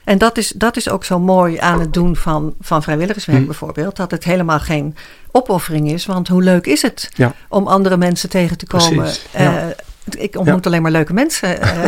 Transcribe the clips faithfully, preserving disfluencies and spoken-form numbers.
En dat is, dat is ook zo mooi aan het doen van, van vrijwilligerswerk hm. bijvoorbeeld. Dat het helemaal geen opoffering is. Want hoe leuk is het ja. om andere mensen tegen te komen. Ja. Uh, ik ontmoet ja. alleen maar leuke mensen. Uh.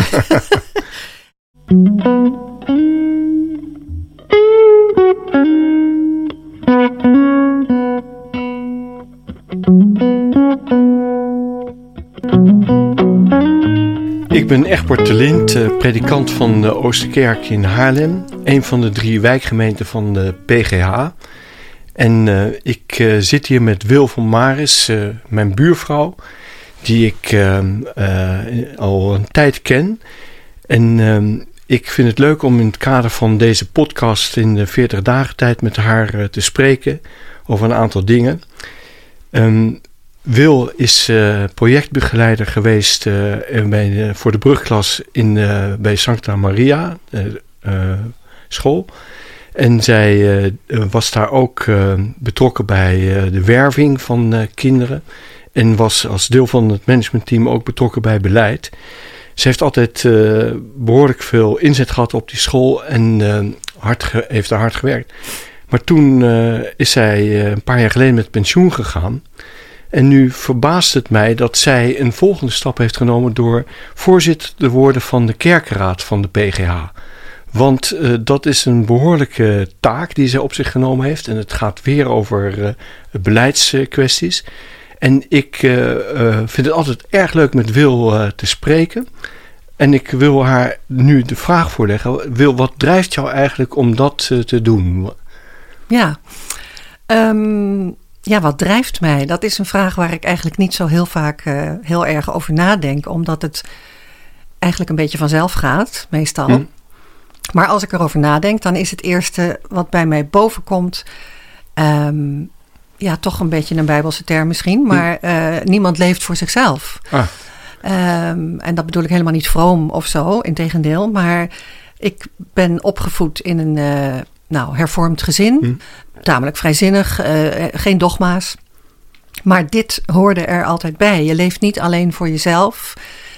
Ik ben Egbert de Lint, predikant van de Oosterkerk in Haarlem. Een van de drie wijkgemeenten van de P G H. En uh, ik uh, zit hier met Wil van Maris, uh, mijn buurvrouw. Die ik uh, uh, al een tijd ken. En uh, ik vind het leuk om in het kader van deze podcast in de veertig dagen tijd met haar uh, te spreken over een aantal dingen. Um, Wil is uh, projectbegeleider geweest uh, bij, uh, voor de brugklas in, uh, bij Sancta Maria uh, uh, school. En zij uh, was daar ook uh, betrokken bij uh, de werving van uh, kinderen. En was als deel van het managementteam ook betrokken bij beleid. Ze heeft altijd uh, behoorlijk veel inzet gehad op die school en uh, hard ge- heeft daar hard gewerkt. Maar toen uh, is zij uh, een paar jaar geleden met pensioen gegaan. En nu verbaast het mij dat zij een volgende stap heeft genomen door voorzitter te worden van de kerkenraad van de P G H. Want uh, dat is een behoorlijke taak die zij op zich genomen heeft. En het gaat weer over uh, beleidskwesties. En ik uh, uh, vind het altijd erg leuk met Wil uh, te spreken. En ik wil haar nu de vraag voorleggen. Wil, wat drijft jou eigenlijk om dat uh, te doen? Ja, um, ja, wat drijft mij? Dat is een vraag waar ik eigenlijk niet zo heel vaak uh, heel erg over nadenk. Omdat het eigenlijk een beetje vanzelf gaat, meestal. Hm. Maar als ik erover nadenk, dan is het eerste wat bij mij bovenkomt... Um, ja, toch een beetje een Bijbelse term misschien. Maar uh, niemand leeft voor zichzelf. Ah. Um, en dat bedoel ik helemaal niet vroom of zo, integendeel. Maar ik ben opgevoed in een uh, nou, hervormd gezin. Hm. Tamelijk vrijzinnig, uh, geen dogma's. Maar dit hoorde er altijd bij. Je leeft niet alleen voor jezelf.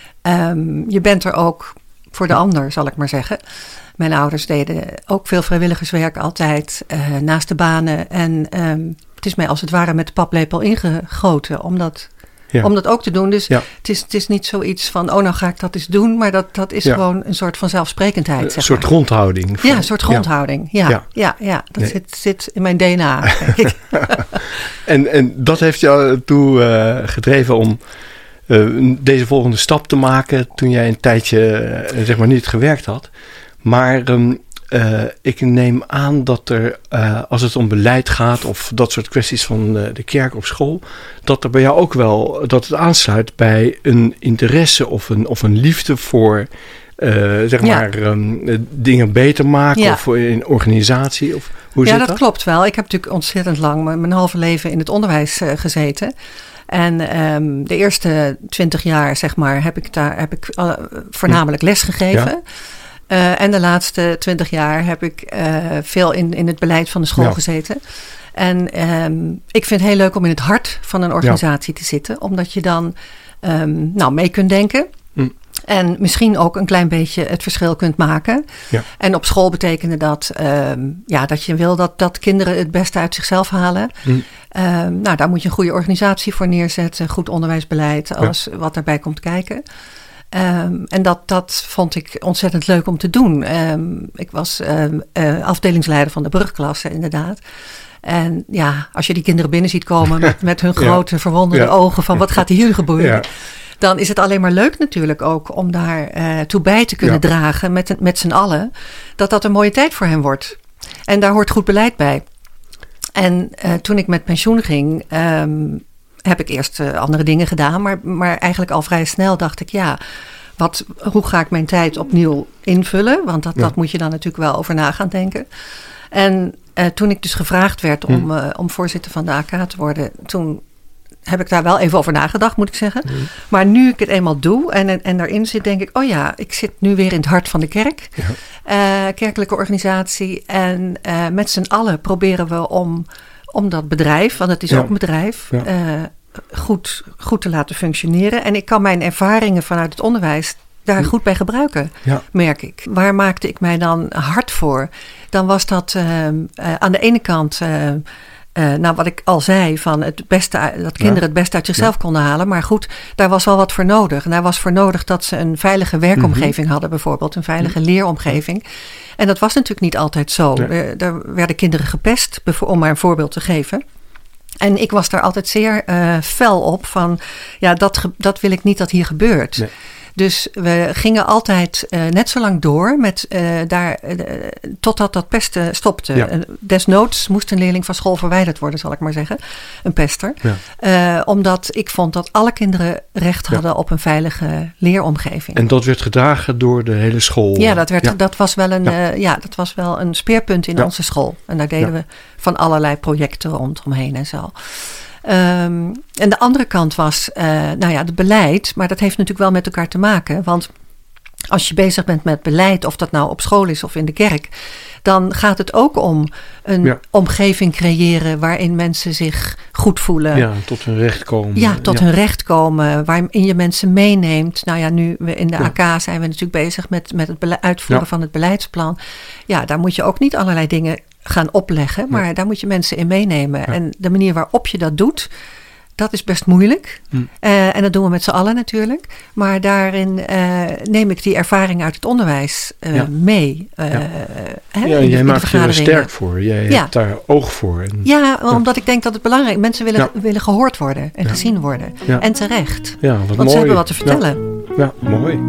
Um, je bent er ook voor de ander, zal ik maar zeggen. Mijn ouders deden ook veel vrijwilligerswerk altijd uh, naast de banen. En um, het is mij als het ware met de paplepel ingegoten om dat, ja. om dat ook te doen. Dus ja. het, is, het is niet zoiets van, oh nou ga ik dat eens doen. Maar dat, dat is ja. gewoon een soort van zelfsprekendheid. Een zeg soort maar. grondhouding. Van, ja, een soort grondhouding. Ja, ja. ja, ja dat nee. zit, zit in mijn D N A, denk ik. en, en dat heeft jou toe uh, gedreven om uh, deze volgende stap te maken toen jij een tijdje uh, zeg maar niet gewerkt had. Maar um, uh, ik neem aan dat er, uh, als het om beleid gaat of dat soort kwesties van uh, de kerk op school, dat er bij jou ook wel, dat het aansluit bij een interesse of een, of een liefde voor, uh, zeg ja. maar, um, dingen beter maken ja. of voor een organisatie. Of, hoe ja, zit dat, dat klopt wel. Ik heb natuurlijk ontzettend lang mijn, mijn halve leven in het onderwijs uh, gezeten. En um, de eerste twintig jaar, zeg maar, heb ik daar heb ik uh, voornamelijk les gegeven. Ja. Uh, en de laatste twintig jaar heb ik uh, veel in, in het beleid van de school ja. gezeten. En um, ik vind het heel leuk om in het hart van een organisatie ja. te zitten. Omdat je dan um, nou, mee kunt denken. Mm. En misschien ook een klein beetje het verschil kunt maken. Ja. En op school betekende dat, um, ja, dat je wil dat, dat kinderen het beste uit zichzelf halen. Mm. Um, nou, daar moet je een goede organisatie voor neerzetten. Goed onderwijsbeleid, alles ja. wat daarbij komt kijken. Um, en dat, dat vond ik ontzettend leuk om te doen. Um, ik was um, uh, afdelingsleider van de brugklasse, inderdaad. En ja, als je die kinderen binnen ziet komen met, met hun grote ja. verwonderde ja. ogen van wat gaat hier gebeuren, ja. dan is het alleen maar leuk natuurlijk ook om daar uh, toe bij te kunnen ja. dragen met, met z'n allen, dat dat een mooie tijd voor hen wordt. En daar hoort goed beleid bij. En uh, toen ik met pensioen ging, um, heb ik eerst uh, andere dingen gedaan. Maar, maar eigenlijk al vrij snel dacht ik, ja, wat, hoe ga ik mijn tijd opnieuw invullen? Want dat, ja. dat moet je dan natuurlijk wel over na gaan denken. En uh, toen ik dus gevraagd werd om, hmm. uh, om voorzitter van de A K te worden, toen heb ik daar wel even over nagedacht, moet ik zeggen. Hmm. Maar nu ik het eenmaal doe en, en, en daarin zit, denk ik, oh ja, ik zit nu weer in het hart van de kerk. Ja. Uh, kerkelijke organisatie. En uh, met z'n allen proberen we om, om dat bedrijf, want het is ja. ook een bedrijf, ja. uh, goed, goed te laten functioneren. En ik kan mijn ervaringen vanuit het onderwijs, daar goed bij gebruiken, ja. merk ik. Waar maakte ik mij dan hard voor? Dan was dat uh, uh, aan de ene kant... Uh, Uh, nou, wat ik al zei, van het beste, dat kinderen ja. het beste uit zichzelf ja. konden halen. Maar goed, daar was wel wat voor nodig. En daar was voor nodig dat ze een veilige werkomgeving mm-hmm. hadden bijvoorbeeld. Een veilige mm-hmm. leeromgeving. En dat was natuurlijk niet altijd zo. Ja. Er, er werden kinderen gepest, om maar een voorbeeld te geven. En ik was daar altijd zeer uh, fel op van, ja, dat, dat wil ik niet dat hier gebeurt. Nee. Dus we gingen altijd uh, net zo lang door met uh, daar uh, totdat dat pesten stopte. Ja. Uh, desnoods moest een leerling van school verwijderd worden, zal ik maar zeggen. Een pester. Ja. Uh, omdat ik vond dat alle kinderen recht hadden ja. op een veilige leeromgeving. En dat werd gedragen door de hele school? Ja, dat, werd, ja. dat, was, wel een, ja. Uh, ja, dat was wel een speerpunt in ja. onze school. En daar deden ja. we van allerlei projecten rondomheen en zo. Um, en de andere kant was, uh, nou ja, het beleid. Maar dat heeft natuurlijk wel met elkaar te maken. Want als je bezig bent met beleid, of dat nou op school is of in de kerk, dan gaat het ook om een ja. omgeving creëren waarin mensen zich goed voelen. Ja, tot hun recht komen. Ja, tot ja. hun recht komen, waarin je mensen meeneemt. Nou ja, nu we in de ja. A K zijn we natuurlijk bezig met, met het bele- uitvoeren ja. van het beleidsplan. Ja, daar moet je ook niet allerlei dingen gaan opleggen, maar ja. daar moet je mensen in meenemen. Ja. En de manier waarop je dat doet, dat is best moeilijk. Hm. Uh, en dat doen we met z'n allen natuurlijk. Maar daarin uh, neem ik die ervaring uit het onderwijs uh, ja. mee. Uh, ja, hè, ja jij maakt je er sterk voor. Jij ja. hebt daar oog voor. En, ja, ja, omdat ik denk dat het belangrijk is. Mensen willen, ja. willen gehoord worden en ja. gezien worden. Ja. En terecht. Ja, wat Want mooi. ze hebben wat te vertellen. Ja, ja mooi.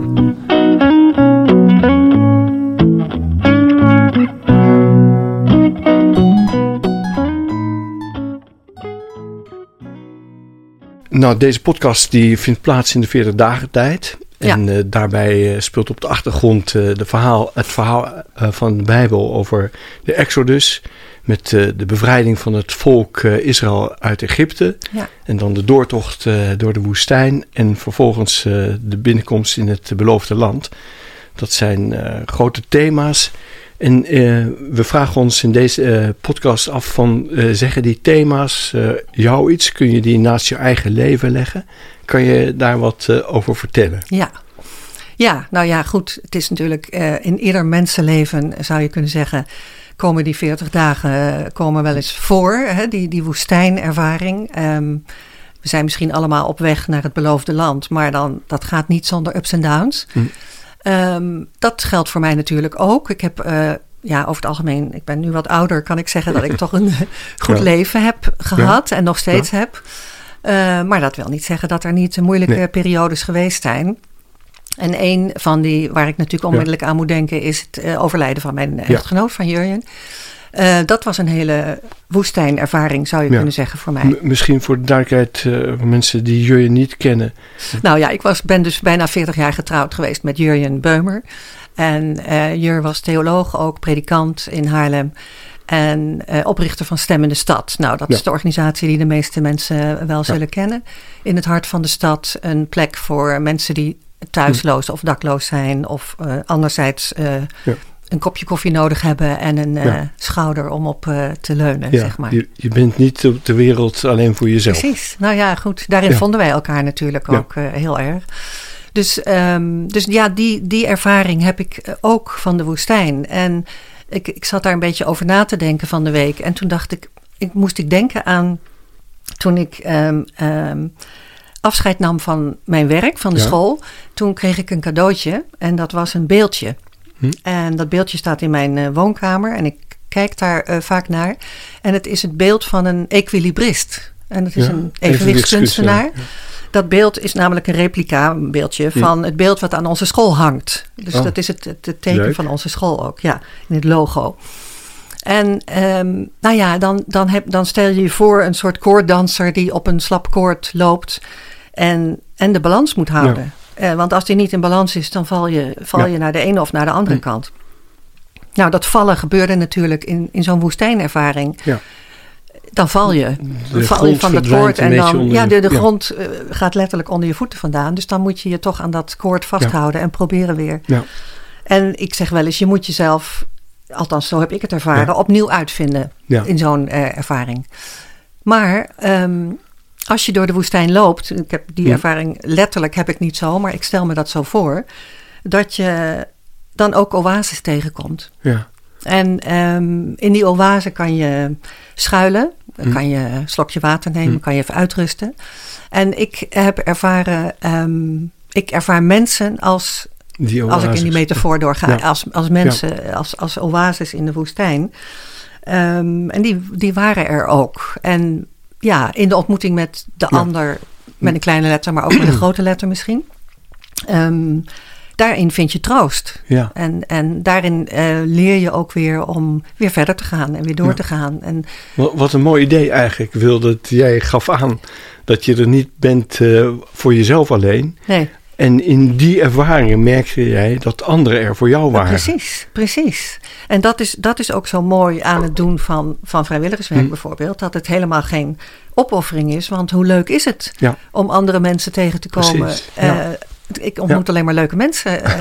Nou, deze podcast die vindt plaats in de veertig dagen tijd. En ja. uh, daarbij uh, speelt op de achtergrond uh, de verhaal, het verhaal uh, van de Bijbel over de Exodus. Met uh, de bevrijding van het volk uh, Israël uit Egypte. Ja. En dan de doortocht uh, door de woestijn. En vervolgens uh, de binnenkomst in het beloofde land. Dat zijn uh, grote thema's. En uh, we vragen ons in deze uh, podcast af van, uh, zeggen die thema's uh, jou iets? Kun je die naast je eigen leven leggen? Kan je daar wat uh, over vertellen? Ja. ja, nou ja, goed. Het is natuurlijk uh, in ieder mensenleven, zou je kunnen zeggen, komen die veertig dagen uh, komen wel eens voor. Hè? Die, die woestijnervaring. Um, we zijn misschien allemaal op weg naar het beloofde land, maar dan, dat gaat niet zonder ups en downs. Hm. Um, dat geldt voor mij natuurlijk ook. Ik heb, uh, ja, over het algemeen, ik ben nu wat ouder, kan ik zeggen dat ik toch een goed ja. leven heb gehad ja. en nog steeds ja. heb. Uh, maar dat wil niet zeggen dat er niet moeilijke nee. periodes geweest zijn. En een van die, waar ik natuurlijk onmiddellijk ja. aan moet denken, is het uh, overlijden van mijn ja. echtgenoot, van Jurjen. Uh, dat was een hele woestijnervaring, zou je ja. kunnen zeggen, voor mij. M- misschien voor de duidelijkheid, uh, voor mensen die Jurjen niet kennen. Nou ja, ik was, ben dus bijna veertig jaar getrouwd geweest met Jurjen Beumer. En uh, Jur was theoloog, ook predikant in Haarlem. En uh, oprichter van Stem in de Stad. Nou, dat ja. is de organisatie die de meeste mensen wel zullen ja. kennen. In het hart van de stad een plek voor mensen die thuisloos hm. of dakloos zijn. Of uh, anderzijds uh, ja. een kopje koffie nodig hebben en een uh, ja. schouder om op uh, te leunen, ja, zeg maar. Je, je bent niet op de wereld alleen voor jezelf. Precies. Nou ja, goed. Daarin ja. vonden wij elkaar natuurlijk ja. ook uh, heel erg. Dus, um, dus ja, die, die ervaring heb ik uh, ook van de woestijn. En ik, ik zat daar een beetje over na te denken van de week. En toen dacht ik, ik moest ik denken aan toen ik um, um, afscheid nam van mijn werk, van de ja. school. Toen kreeg ik een cadeautje en dat was een beeldje. Hm. En dat beeldje staat in mijn uh, woonkamer en ik kijk daar uh, vaak naar. En het is het beeld van een equilibrist. En dat is ja, een evenwichtskunstenaar. Ja. Dat beeld is namelijk een replica, een beeldje, hm. van het beeld wat aan onze school hangt. Dus oh. dat is het, het, het teken Leuk. Van onze school ook, ja, in het logo. En um, nou ja, dan, dan, heb, dan stel je je voor een soort koorddanser die op een slap koord loopt en, en de balans moet houden. Ja. Uh, want als die niet in balans is, dan val je, val ja. je naar de ene of naar de andere hm. kant. Nou, dat vallen gebeurde natuurlijk in, in zo'n woestijnervaring. Ja. Dan val je. Dan val je van dat koord en dan. Ja, de, de ja. grond uh, gaat letterlijk onder je voeten vandaan. Dus dan moet je je toch aan dat koord vasthouden ja. en proberen weer. Ja. En ik zeg wel eens, je moet jezelf, althans zo heb ik het ervaren, ja. opnieuw uitvinden ja. in zo'n uh, ervaring. Maar um, als je door de woestijn loopt, ik heb die Ja. ervaring letterlijk heb ik niet zo, maar ik stel me dat zo voor, dat je dan ook oases tegenkomt. Ja. En um, in die oase kan je schuilen, Hm. kan je een slokje water nemen, Hm. kan je even uitrusten. En ik heb ervaren, um, ik ervaar mensen als, Die als ik in die oases. metafoor doorga, Ja. als, als mensen, als, als oases in de woestijn. Um, en die, die waren er ook. En ja, in de ontmoeting met de Ja. ander, met een kleine letter, maar ook met een grote letter misschien. Um, daarin vind je troost. Ja. En, en daarin uh, leer je ook weer om weer verder te gaan en weer door Ja. te gaan. En, Wat, wat een mooi idee eigenlijk, Wil, dat jij gaf aan dat je er niet bent uh, voor jezelf alleen. nee, En in die ervaringen merkte jij dat anderen er voor jou waren. precies, precies. En dat is, dat is ook zo mooi aan het doen van, van vrijwilligerswerk Hm. bijvoorbeeld. Dat het helemaal geen opoffering is. Want hoe leuk is het Ja. om andere mensen tegen te komen. Precies, ja. Uh, ik ontmoet alleen maar leuke mensen. Uh,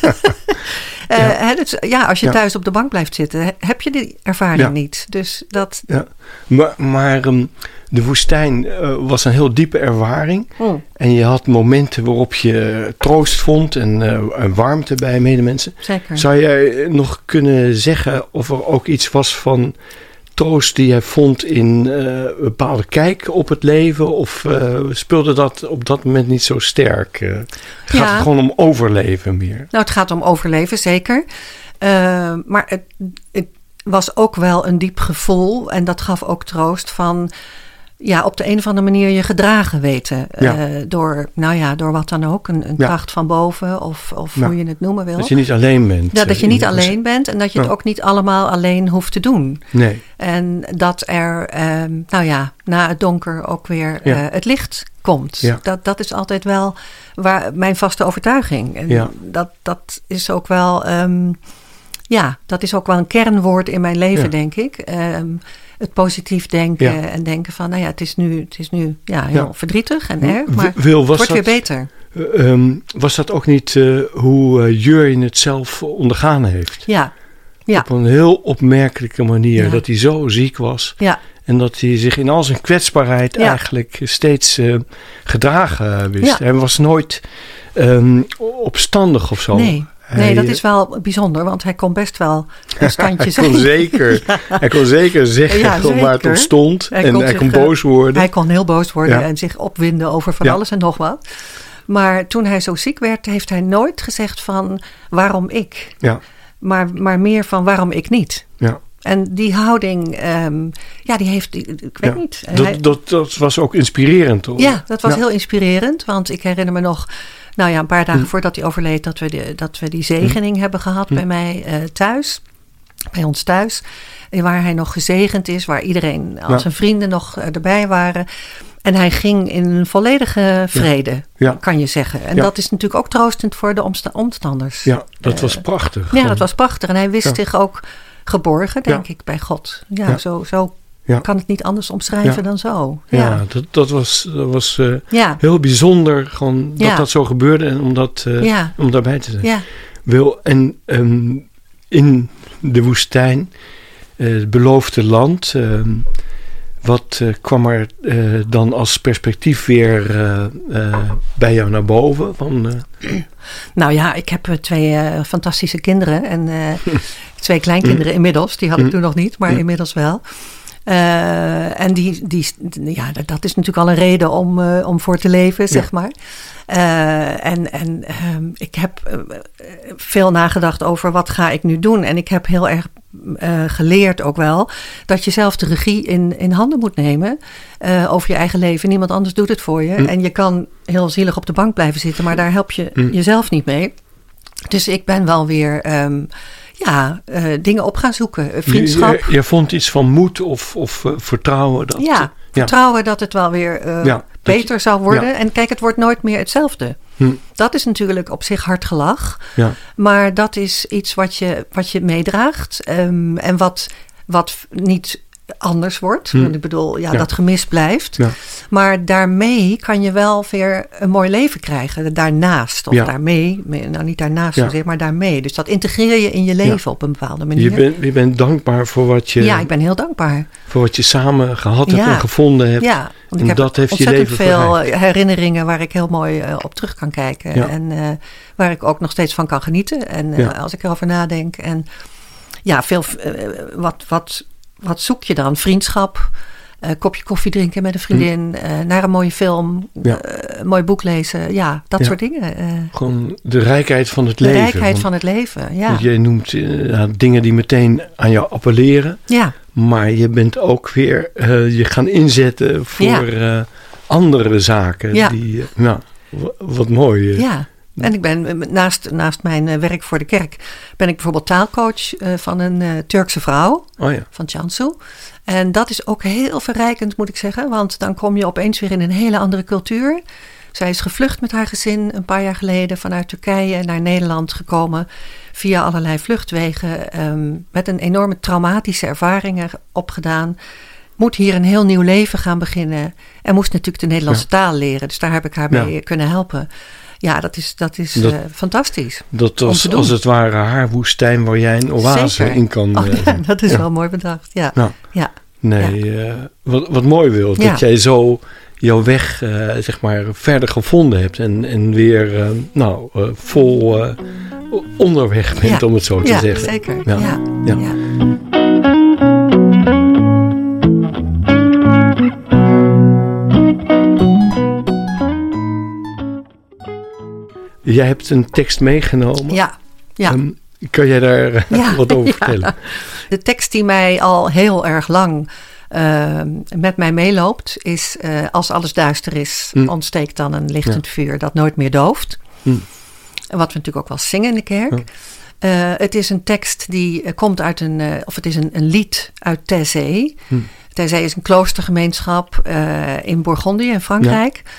Ja. uh, hè, dus, ja, als je Ja. thuis op de bank blijft zitten, heb je die ervaring Ja. niet. Dus dat... Ja. Maar, maar um, de woestijn uh, was een heel diepe ervaring. Mm, En je had momenten waarop je troost vond en, uh, en warmte bij medemensen. zeker. Zou jij nog kunnen zeggen of er ook iets was van troost die jij vond in uh, een bepaalde kijk op het leven? Of uh, speelde dat op dat moment niet zo sterk? Uh, gaat Ja. het gewoon om overleven meer? Nou, het gaat om overleven, zeker. Uh, maar het, het was ook wel een diep gevoel. En dat gaf ook troost van... ja, op de een of andere manier je gedragen weten. Ja. Uh, door, nou ja, door wat dan ook. Een, een Ja. kracht van boven of, of Ja. hoe je het noemen wil. Dat je niet alleen bent. Ja, dat je uh, niet in- alleen bent en dat je het Ja. ook niet allemaal alleen hoeft te doen. Nee. En dat er, um, nou ja, na het donker ook weer Ja. uh, het licht komt. Ja. Dat, dat is altijd wel waar, mijn vaste overtuiging. En Ja. dat, dat is ook wel, um, ja, dat is ook wel een kernwoord in mijn leven, Ja. denk ik. Um, het positief denken Ja. en denken van, nou ja, het is nu, het is nu ja, heel Ja. verdrietig en erg, W- maar Wil, het was wordt dat, weer beter. uh, um, was dat ook niet uh, hoe uh, Jurjen het zelf ondergaan heeft? Ja, ja, Op een heel opmerkelijke manier. Ja. Dat hij zo ziek was. ja, En dat hij zich in al zijn kwetsbaarheid Ja. eigenlijk steeds uh, gedragen wist. Ja. Hij was nooit um, opstandig of zo. nee. Hij, Nee, dat is wel bijzonder, want hij kon best wel een standje hij, kon zijn. zeker, Ja. hij kon zeker zeggen Ja, gewoon waar het zeker. om stond. Hij en kon hij zich, kon uh, boos worden. Hij kon heel boos worden Ja. en zich opwinden over van Ja. alles en nog wat. Maar toen hij zo ziek werd, heeft hij nooit gezegd van waarom ik. Ja. Maar, maar meer van waarom ik niet. Ja. En die houding, um, ja, die heeft, ik weet Ja. niet. Dat, Hij, dat, dat was ook inspirerend, hoor. ja, dat was Ja. heel inspirerend. Want ik herinner me nog, nou ja, een paar dagen Hm. voordat hij overleed, dat we, de, dat we die zegening hebben gehad Hm. bij mij uh, thuis. Bij ons thuis. Waar hij nog gezegend is, waar iedereen, al Ja. zijn vrienden nog uh, erbij waren. En hij ging in een volledige vrede, Ja. kan je zeggen. En Ja. dat is natuurlijk ook troostend voor de omsta- omstanders. Ja, dat Uh, was prachtig. Ja, Gewoon. dat was prachtig. En hij wist Ja. zich ook geborgen, denk Ja. ik, bij God. Ja, Ja. zo, zo Ja. kan het niet anders omschrijven Ja. dan zo. Ja, Ja, dat, dat was, dat was uh, ja, heel bijzonder gewoon dat Ja. dat zo gebeurde en om, dat, uh, ja. om daarbij te zijn. ja. Wil, en um, in de woestijn, uh, het beloofde land, um, wat uh, kwam er uh, dan als perspectief weer uh, uh, bij jou naar boven? Van, uh, Nou ja, ik heb uh, twee uh, fantastische kinderen en uh, twee kleinkinderen inmiddels. Die had ik toen nog niet, maar inmiddels wel. Uh, en die, die, ja, dat is natuurlijk al een reden om, uh, om voor te leven, zeg Ja. maar. Uh, en en um, ik heb uh, veel nagedacht over wat ga ik nu doen. En ik heb heel erg uh, geleerd ook wel dat je zelf de regie in, in handen moet nemen uh, over je eigen leven. Niemand anders doet het voor je. Hm. En je kan heel zielig op de bank blijven zitten, maar daar help je Hm. jezelf niet mee. Dus ik ben wel weer um, ja, uh, dingen op gaan zoeken. Uh, vriendschap. Je, je, je vond iets van moed of, of uh, vertrouwen? Dat, Ja, vertrouwen dat het wel weer uh, Ja, beter je, zou worden. Ja. En kijk, het wordt nooit meer hetzelfde. Hm. Dat is natuurlijk op zich hard gelach. Ja. Maar dat is iets wat je, wat je meedraagt. Um, en wat, wat niet anders wordt. Hm. Want ik bedoel, ja, Ja. dat gemis blijft. Ja. Maar daarmee kan je wel weer een mooi leven krijgen. Daarnaast. Of Ja. daarmee. Nou, niet daarnaast Ja. zozeer, maar daarmee. Dus dat integreer je in je leven Ja. op een bepaalde manier. Je, bent, je bent dankbaar voor wat je, ja, ik ben heel dankbaar. voor wat je samen gehad hebt Ja. en gevonden hebt. Ja, Want ik heb dat heeft ontzettend je leven veel verrijkt. herinneringen waar ik heel mooi uh, op terug kan kijken. Ja. En uh, waar ik ook nog steeds van kan genieten. En uh, ja. als ik erover nadenk. En ja, veel, uh, wat, wat, wat zoek je dan? Vriendschap. Een uh, kopje koffie drinken met een vriendin. Uh, naar een mooie film. Ja. Uh, een mooi boek lezen. Ja, dat ja. soort dingen. Uh, Gewoon de rijkheid van het de leven. De rijkheid van het leven, ja. Je noemt uh, dingen die meteen aan jou appelleren. Ja. Maar je bent ook weer uh, je gaan inzetten voor ja. uh, andere zaken. Ja. Die, uh, nou, w- wat mooi. Uh. Ja. En ik ben naast, naast mijn werk voor de kerk ben ik bijvoorbeeld taalcoach uh, van een uh, Turkse vrouw. Oh ja. Van Cansu. En dat is ook heel verrijkend, moet ik zeggen. Want dan kom je opeens weer in een hele andere cultuur. Zij is gevlucht met haar gezin een paar jaar geleden vanuit Turkije naar Nederland gekomen. Via allerlei vluchtwegen. Um, met een enorme traumatische ervaringen opgedaan. Moet hier een heel nieuw leven gaan beginnen. En moest natuurlijk de Nederlandse ja. taal leren. Dus daar heb ik haar mee ja. kunnen helpen. Ja, dat is, dat is dat, uh, fantastisch. Dat was als het ware haar woestijn waar jij een oase Zeker. in kan. Oh, uh, ja, dat is ja. wel mooi bedacht. Ja. Nou, ja. Nee, ja. Uh, wat, wat mooi wil. Ja. Dat jij zo jouw weg uh, zeg maar verder gevonden hebt. En, en weer uh, nou, uh, vol uh, onderweg bent, ja. om het zo te ja, zeggen. Zeker. Ja, ja. ja. ja. Jij hebt een tekst meegenomen. Ja, ja. Um, kan jij daar uh, ja, wat over ja. vertellen? De tekst die mij al heel erg lang uh, met mij meeloopt is... Uh, als alles duister is, hm. ontsteekt dan een lichtend ja. vuur dat nooit meer dooft. Hm. Wat we natuurlijk ook wel zingen in de kerk. Ja. Uh, het is een tekst die uh, komt uit een... Uh, of het is een, een lied uit Taizé. Hm. Taizé is een kloostergemeenschap uh, in Bourgondië in Frankrijk... Ja.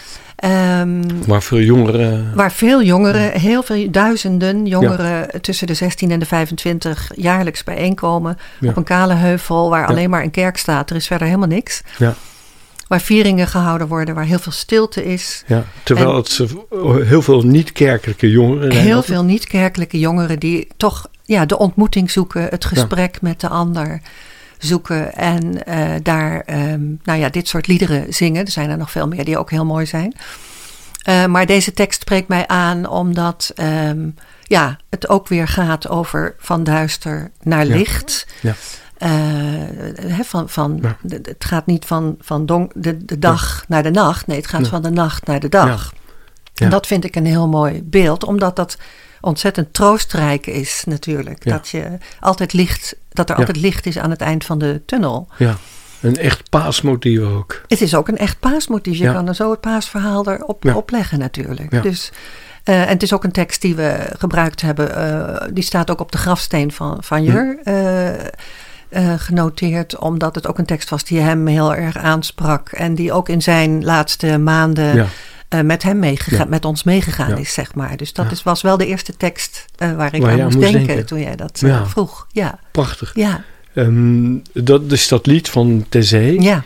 Um, waar veel jongeren... Waar veel jongeren, heel veel duizenden jongeren... Ja. tussen de zestien en de vijfentwintig jaarlijks bijeenkomen... Ja. op een kale heuvel waar ja. alleen maar een kerk staat. Er is verder helemaal niks. Ja. Waar vieringen gehouden worden, waar heel veel stilte is. Ja. Terwijl en, het heel veel niet-kerkelijke jongeren... Heel veel niet-kerkelijke jongeren die toch ja, de ontmoeting zoeken... het gesprek ja. met de ander zoeken en uh, daar um, nou ja, dit soort liederen zingen. Er zijn er nog veel meer die ook heel mooi zijn. Uh, maar deze tekst spreekt mij aan omdat um, ja, het ook weer gaat over van duister naar licht. Ja. Ja. Uh, he, van, van, ja. de, het gaat niet van, van don, de, de dag ja. naar de nacht. Nee, het gaat ja. van de nacht naar de dag. Ja. Ja. En dat vind ik een heel mooi beeld, omdat dat ontzettend troostrijk is natuurlijk. Ja. Dat je altijd licht, dat er ja. altijd licht is aan het eind van de tunnel. Ja, een echt paasmotief ook. Het is ook een echt paasmotief. Je ja. kan er zo het paasverhaal erop ja. opleggen natuurlijk. Ja. Dus, uh, en het is ook een tekst die we gebruikt hebben. Uh, die staat ook op de grafsteen van, van Jur uh, uh, genoteerd. Omdat het ook een tekst was die hem heel erg aansprak. En die ook in zijn laatste maanden... Ja. Uh, met hem meegegaan, ja. met ons meegegaan ja. is, zeg maar. Dus dat ja. is, was wel de eerste tekst uh, waar ik waar aan moest denken, denken toen jij dat uh, ja. vroeg. Ja. Prachtig. Ja. Um, dat is dat lied van Taizé. Ja.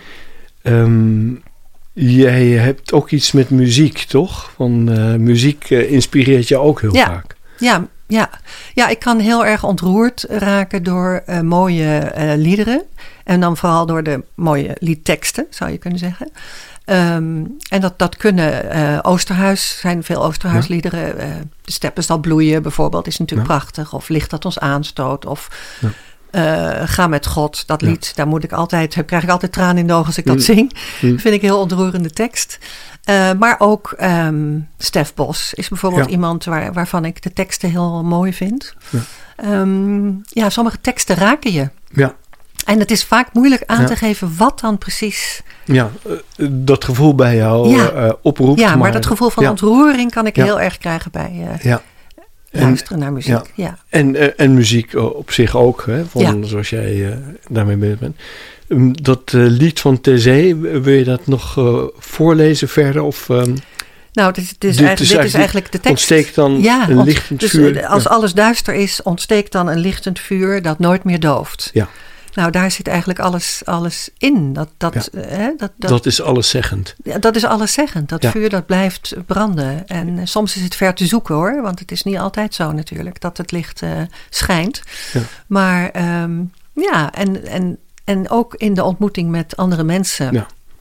Um, jij hebt ook iets met muziek, toch? Van uh, muziek uh, inspireert je ook heel ja. vaak. Ja, ja. ja, ik kan heel erg ontroerd raken door uh, mooie uh, liederen. En dan vooral door de mooie liedteksten, zou je kunnen zeggen. Um, en dat, dat kunnen uh, Oosterhuis, zijn veel Oosterhuisliederen. Ja. Uh, de steppen zal bloeien bijvoorbeeld, is natuurlijk ja. prachtig. Of Licht dat ons aanstoot. Of ja. uh, Ga met God, dat lied. Ja. Daar moet ik altijd, krijg ik altijd tranen in de ogen als ik dat mm. zing. Mm. Vind ik een heel ontroerende tekst. Uh, maar ook um, Stef Bos is bijvoorbeeld ja. iemand waar, waarvan ik de teksten heel mooi vind. Ja, um, ja sommige teksten raken je. Ja. En het is vaak moeilijk aan ja. te geven wat dan precies... Ja, dat gevoel bij jou ja. uh, oproept. Ja, maar, maar dat gevoel van ja. ontroering kan ik ja. heel erg krijgen bij uh, ja. luisteren en, naar muziek. Ja. Ja. En, uh, en muziek op zich ook, hè, van, ja. zoals jij uh, daarmee bezig bent. Um, dat uh, lied van Taizé, wil je dat nog uh, voorlezen verder? Of, um, nou, dit, dit, is, dit, eigenlijk, is, dit is eigenlijk de tekst. Ontsteekt dan ja, een lichtend dus, vuur. Als ja. alles duister is, ontsteekt dan een lichtend vuur dat nooit meer dooft. Ja. Nou, daar zit eigenlijk alles, alles in. Dat, dat, ja. hè, dat, dat, dat is alleszeggend. Ja, dat is alleszeggend. Dat ja. vuur dat blijft branden. En uh, soms is het ver te zoeken hoor. Want het is niet altijd zo natuurlijk dat het licht uh, schijnt. Ja. Maar um, ja, en, en, en ook in de ontmoeting met andere mensen. Ja.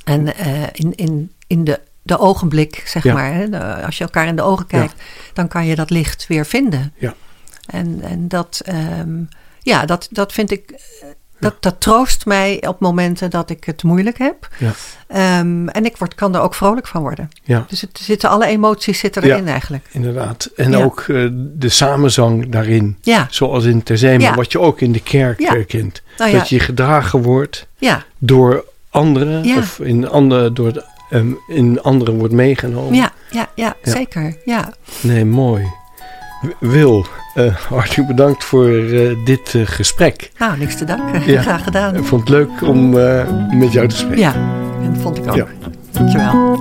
En uh, in, in, in de, de ogenblik, zeg ja. maar, hè, de, als je elkaar in de ogen kijkt, ja. dan kan je dat licht weer vinden. Ja. En, en dat, um, ja, dat, dat vind ik, dat, dat troost mij op momenten dat ik het moeilijk heb. Ja. Um, en ik word, kan er ook vrolijk van worden. Ja. Dus het zitten, alle emoties zitten erin ja, eigenlijk. Inderdaad. En ja. ook uh, de samenzang daarin. Ja. Zoals in Terzijde, ja. wat je ook in de kerk ja. kent. Nou, ja. Dat je gedragen wordt ja. door anderen. Ja. Of in andere, door de, um, in anderen wordt meegenomen. Ja, ja, ja, ja. zeker. Ja. Nee, mooi. Wil, uh, hartelijk bedankt voor uh, dit uh, gesprek. Nou, niks te danken. Ja. Graag gedaan. Ik vond het leuk om uh, met jou te spreken. Ja, en dat vond ik ook. Ja. Dankjewel.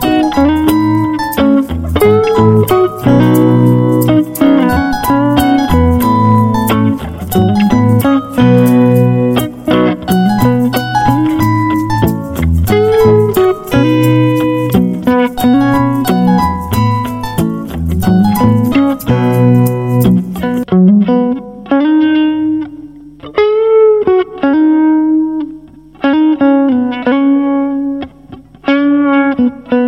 Thank you.